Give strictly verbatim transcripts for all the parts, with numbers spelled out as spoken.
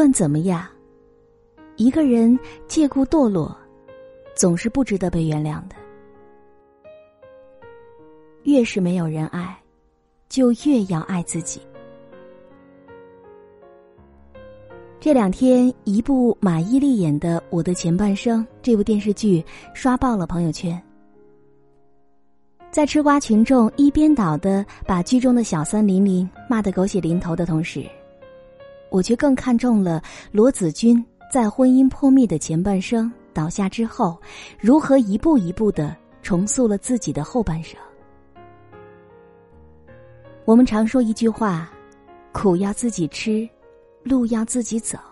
论怎么样，一个人借故堕落，总是不值得被原谅的。越是没有人爱，就越要爱自己。这两天，一部马伊琍演的《我的前半生》这部电视剧刷爆了朋友圈。在吃瓜群众一边倒的把剧中的小三琳琳骂得狗血淋头的同时，我却更看重了罗子君在婚姻破灭的前半生倒下之后，如何一步一步地重塑了自己的后半生。我们常说一句话，苦要自己吃，路要自己走。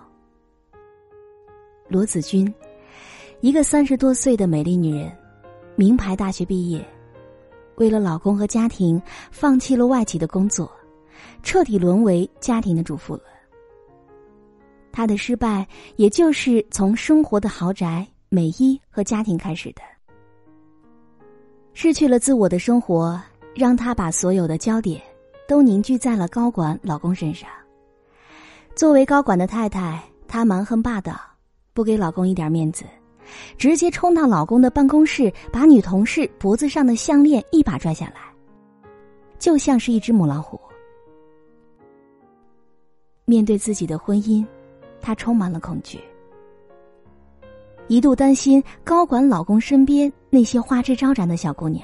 罗子君，一个三十多岁的美丽女人，名牌大学毕业，为了老公和家庭放弃了外企的工作，彻底沦为家庭的主妇了。她的失败也就是从生活的豪宅、美衣和家庭开始的。失去了自我的生活，让她把所有的焦点都凝聚在了高管老公身上。作为高管的太太，她蛮横霸道，不给老公一点面子，直接冲到老公的办公室，把女同事脖子上的项链一把拽下来，就像是一只母老虎。面对自己的婚姻，她充满了恐惧，一度担心高管老公身边那些花枝招展的小姑娘。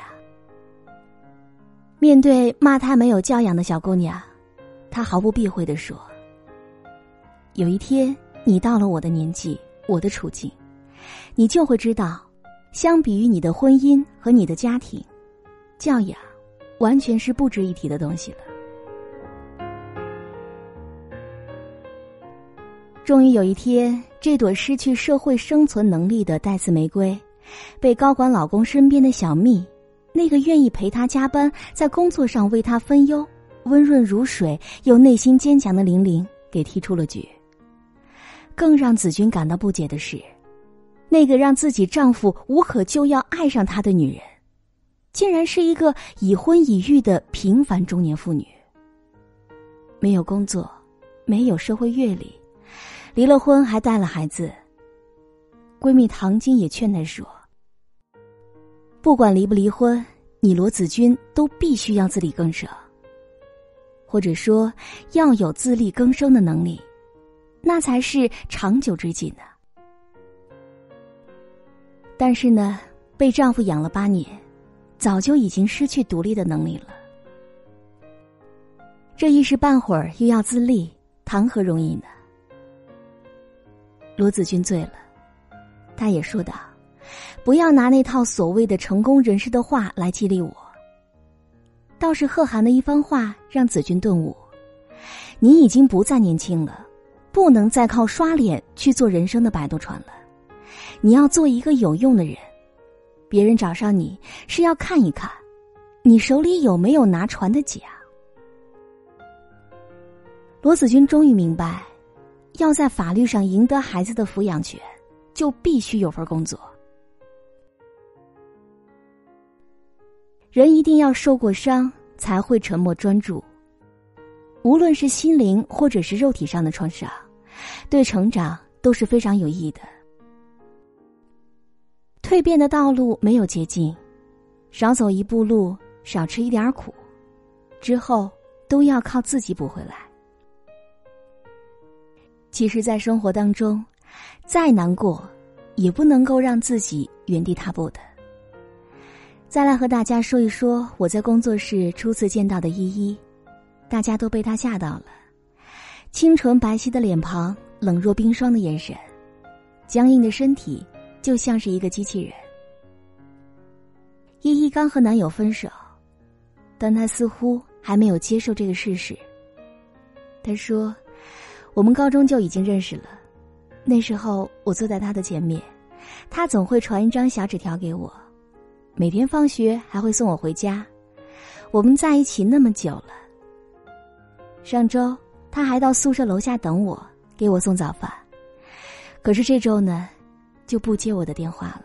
面对骂她没有教养的小姑娘，她毫不避讳地说，有一天你到了我的年纪，我的处境，你就会知道，相比于你的婚姻和你的家庭，教养完全是不值一提的东西了。终于有一天，这朵失去社会生存能力的带刺玫瑰，被高管老公身边的小蜜，那个愿意陪他加班，在工作上为他分忧，温润如水又内心坚强的玲玲给踢出了局。更让子君感到不解的是，那个让自己丈夫无可救药爱上她的女人，竟然是一个已婚已育的平凡中年妇女。没有工作，没有社会阅历，离了婚还带了孩子。闺蜜唐晶也劝她说，不管离不离婚，你罗子君都必须要自力更生，或者说要有自力更生的能力，那才是长久之计呢。但是呢，被丈夫养了八年，早就已经失去独立的能力了。这一时半会儿又要自立，谈何容易呢？罗子君醉了，他也说道，不要拿那套所谓的成功人士的话来激励我。倒是贺涵的一番话让子君顿悟，你已经不再年轻了，不能再靠刷脸去做人生的摆渡船了，你要做一个有用的人。别人找上你是要看一看你手里有没有拿船的桨。罗子君终于明白，要在法律上赢得孩子的抚养权，就必须有份工作。人一定要受过伤，才会沉默专注。无论是心灵或者是肉体上的创伤，对成长都是非常有益的。蜕变的道路没有捷径，少走一步路，少吃一点苦，之后都要靠自己补回来。其实在生活当中，再难过也不能够让自己原地踏步的。再来和大家说一说我在工作室初次见到的依依，大家都被她吓到了。清纯白皙的脸庞，冷若冰霜的眼神，僵硬的身体，就像是一个机器人。依依刚和男友分手，但她似乎还没有接受这个事实。她说，我们高中就已经认识了，那时候我坐在他的前面，他总会传一张小纸条给我，每天放学还会送我回家，我们在一起那么久了。上周他还到宿舍楼下等我，给我送早饭，可是这周呢，就不接我的电话了。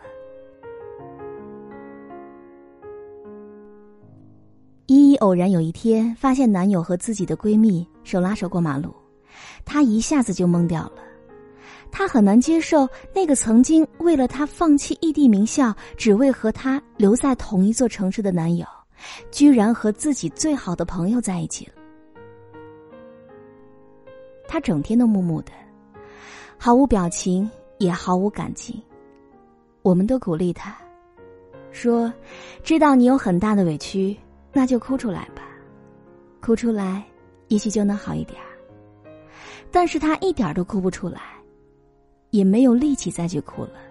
依依偶然有一天发现男友和自己的闺蜜手拉手过马路，她一下子就懵掉了。 她很难接受那个曾经为了她放弃异地名校，只为和她留在同一座城市的男友，居然和自己最好的朋友在一起了。她整天都木木的，毫无表情，也毫无感情。我们都鼓励她，说知道你有很大的委屈，那就哭出来吧，哭出来也许就能好一点。但是她一点都哭不出来，也没有力气再去哭了。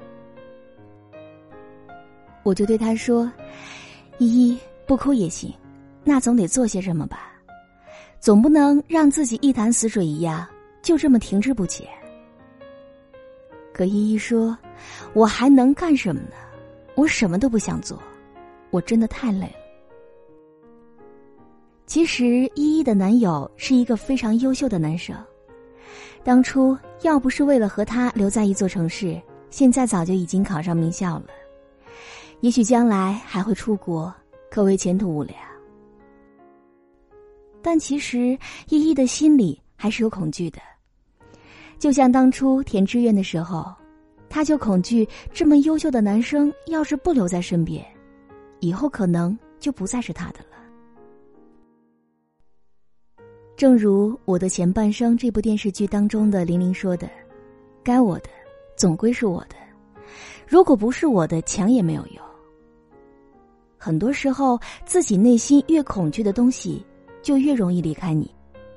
我就对她说，依依，不哭也行，那总得做些什么吧，总不能让自己一潭死水一样就这么停滞不前。可依依说，我还能干什么呢？我什么都不想做，我真的太累了。其实依依的男友是一个非常优秀的男生，当初要不是为了和他留在一座城市，现在早就已经考上名校了，也许将来还会出国，可谓前途无量。但其实依依的心里还是有恐惧的，就像当初填志愿的时候，她就恐惧这么优秀的男生要是不留在身边，以后可能就不再是他的了。正如《我的前半生》这部电视剧当中的玲玲说的，该我的总归是我的，如果不是我的，抢也没有用。很多时候自己内心越恐惧的东西就越容易离开你。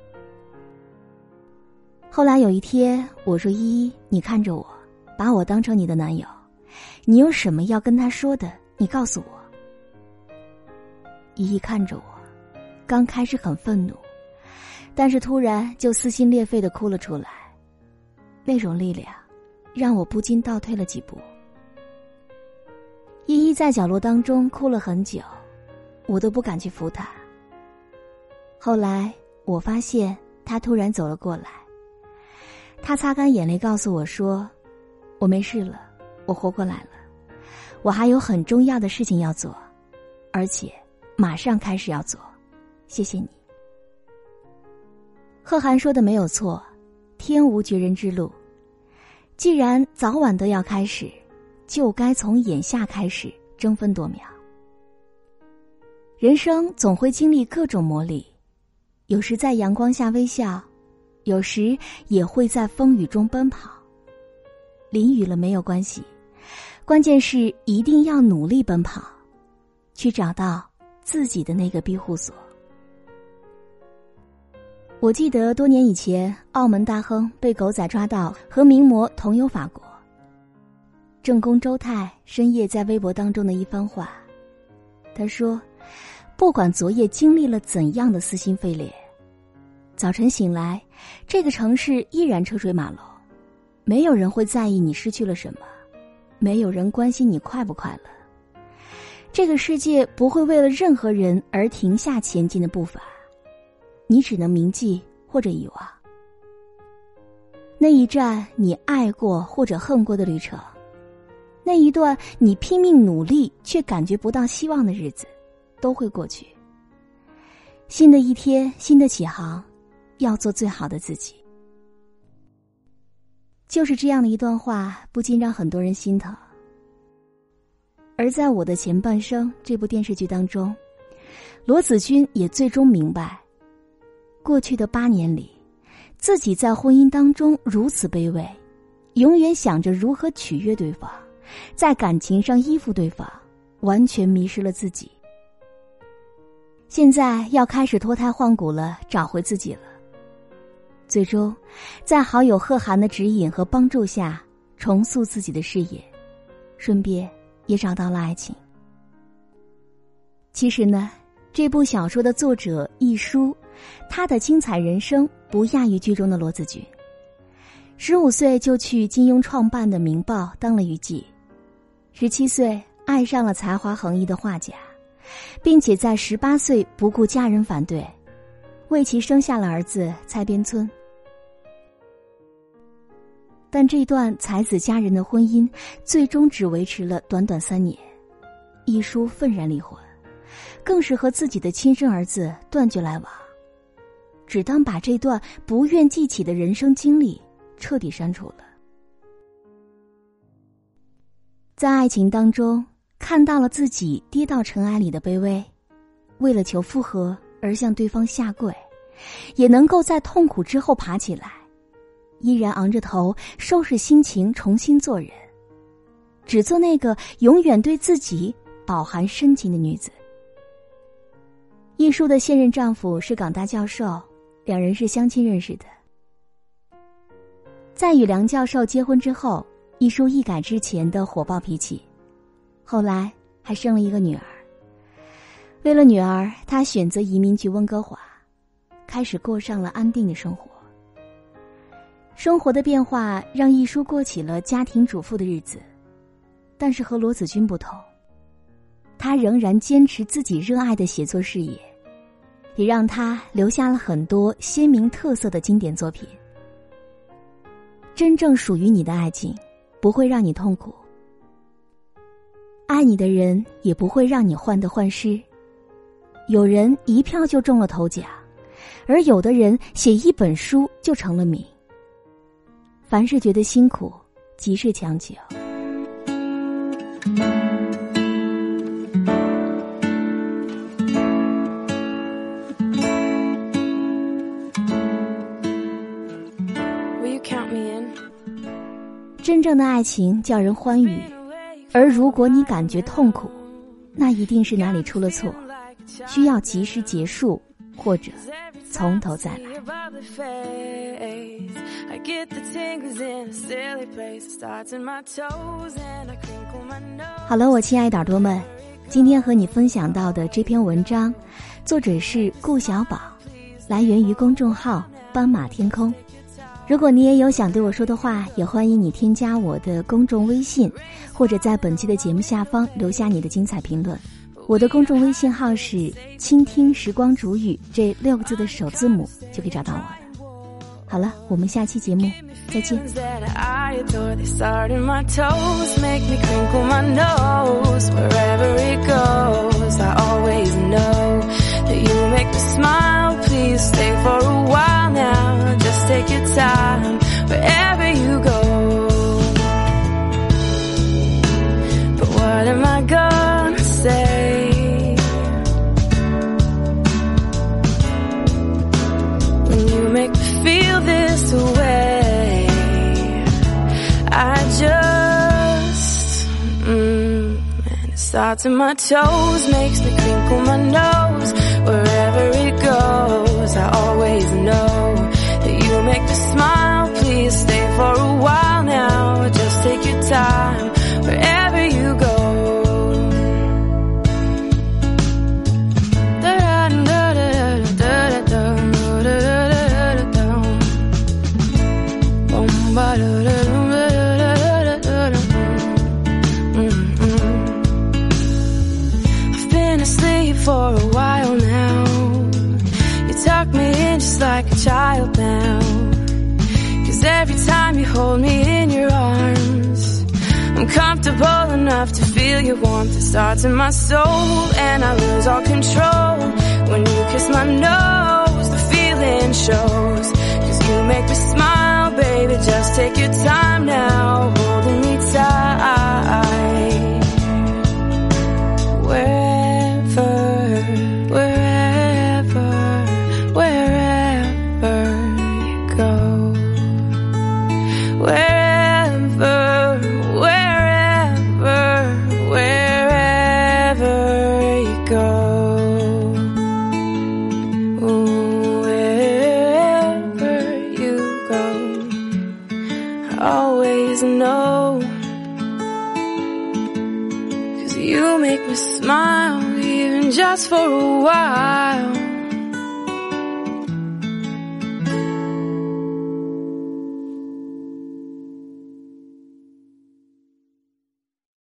后来有一天我说，依依，你看着我，把我当成你的男友，你有什么要跟他说的，你告诉我。依依看着我，刚开始很愤怒，但是突然就撕心裂肺地哭了出来，那种力量让我不禁倒退了几步。依依在角落当中哭了很久，我都不敢去扶她。后来我发现她突然走了过来，她擦干眼泪告诉我说，我没事了，我活过来了，我还有很重要的事情要做，而且马上开始要做，谢谢你。贺涵说的没有错，天无绝人之路，既然早晚都要开始，就该从眼下开始争分夺秒。人生总会经历各种磨砺，有时在阳光下微笑，有时也会在风雨中奔跑。淋雨了没有关系，关键是一定要努力奔跑，去找到自己的那个庇护所。我记得多年以前，澳门大亨被狗仔抓到和名模同游法国，正宫周泰深夜在微博当中的一番话，他说，不管昨夜经历了怎样的撕心肺裂，早晨醒来，这个城市依然车水马龙，没有人会在意你失去了什么，没有人关心你快不快乐。这个世界不会为了任何人而停下前进的步伐，你只能铭记或者遗忘。那一站你爱过或者恨过的旅程，那一段你拼命努力却感觉不到希望的日子，都会过去。新的一天，新的起航，要做最好的自己。就是这样的一段话，不禁让很多人心疼。而在我的前半生这部电视剧当中，罗子君也最终明白，过去的八年里，自己在婚姻当中如此卑微，永远想着如何取悦对方，在感情上依附对方，完全迷失了自己。现在要开始脱胎换骨了，找回自己了。最终在好友贺涵的指引和帮助下，重塑自己的事业，顺便也找到了爱情。其实呢，这部小说的作者一书，他的精彩人生不亚于剧中的罗子君。十五岁就去金庸创办的《明报》当了娱记，十七岁爱上了才华横溢的画家，并且在十八岁不顾家人反对，为其生下了儿子蔡边村。但这段才子佳人的婚姻最终只维持了短短三年，一书愤然离婚，更是和自己的亲生儿子断绝来往，只当把这段不愿记起的人生经历彻底删除了。 在爱情当中看到了自己跌到尘埃里的卑微，为了求复合而向对方下跪，也能够在痛苦之后爬起来，依然昂着头收拾心情重新做人，只做那个永远对自己饱含深情的女子。一书的现任丈夫是港大教授，两人是相亲认识的。在与梁教授结婚之后，一书一改之前的火爆脾气，后来还生了一个女儿。为了女儿，他选择移民去温哥华，开始过上了安定的生活。生活的变化让一书过起了家庭主妇的日子，但是和罗子君不同，他仍然坚持自己热爱的写作事业，也让他留下了很多鲜明特色的经典作品。真正属于你的爱情不会让你痛苦，爱你的人也不会让你患得患失。有人一票就中了头奖，而有的人写一本书就成了名。凡是觉得辛苦，即是强求。真正的爱情叫人欢愉，而如果你感觉痛苦，那一定是哪里出了错，需要及时结束，或者从头再来。好了，我亲爱的耳朵们，今天和你分享到的这篇文章，作者是顾小宝，来源于公众号斑马天空。如果你也有想对我说的话，也欢迎你添加我的公众微信，或者在本期的节目下方留下你的精彩评论。我的公众微信号是倾听时光煮雨，这六个字的首字母就可以找到我了。好了，我们下期节目再见。 Take your time wherever you go. But what am I gonna say when you make me feel this way? I just mm, and it starts in my toes, makes me crinkle my nose. Wherever it goes, I always know you make me smile, please stay for a while now. Just take your time wherever you go. I've been asleep for a while now. You tuck me in just like a child now. Every time you hold me in your arms, I'm comfortable enough to feel your warmth. It starts in my soul and I lose all control. When you kiss my nose, the feeling shows. Cause you make me smile, baby, just take your time now, holding me tight. Wherever, wherever, wherever you go. Wherever, wherever, wherever you go. Wherever you go, I always know. Cause you make me smile, even just for a while.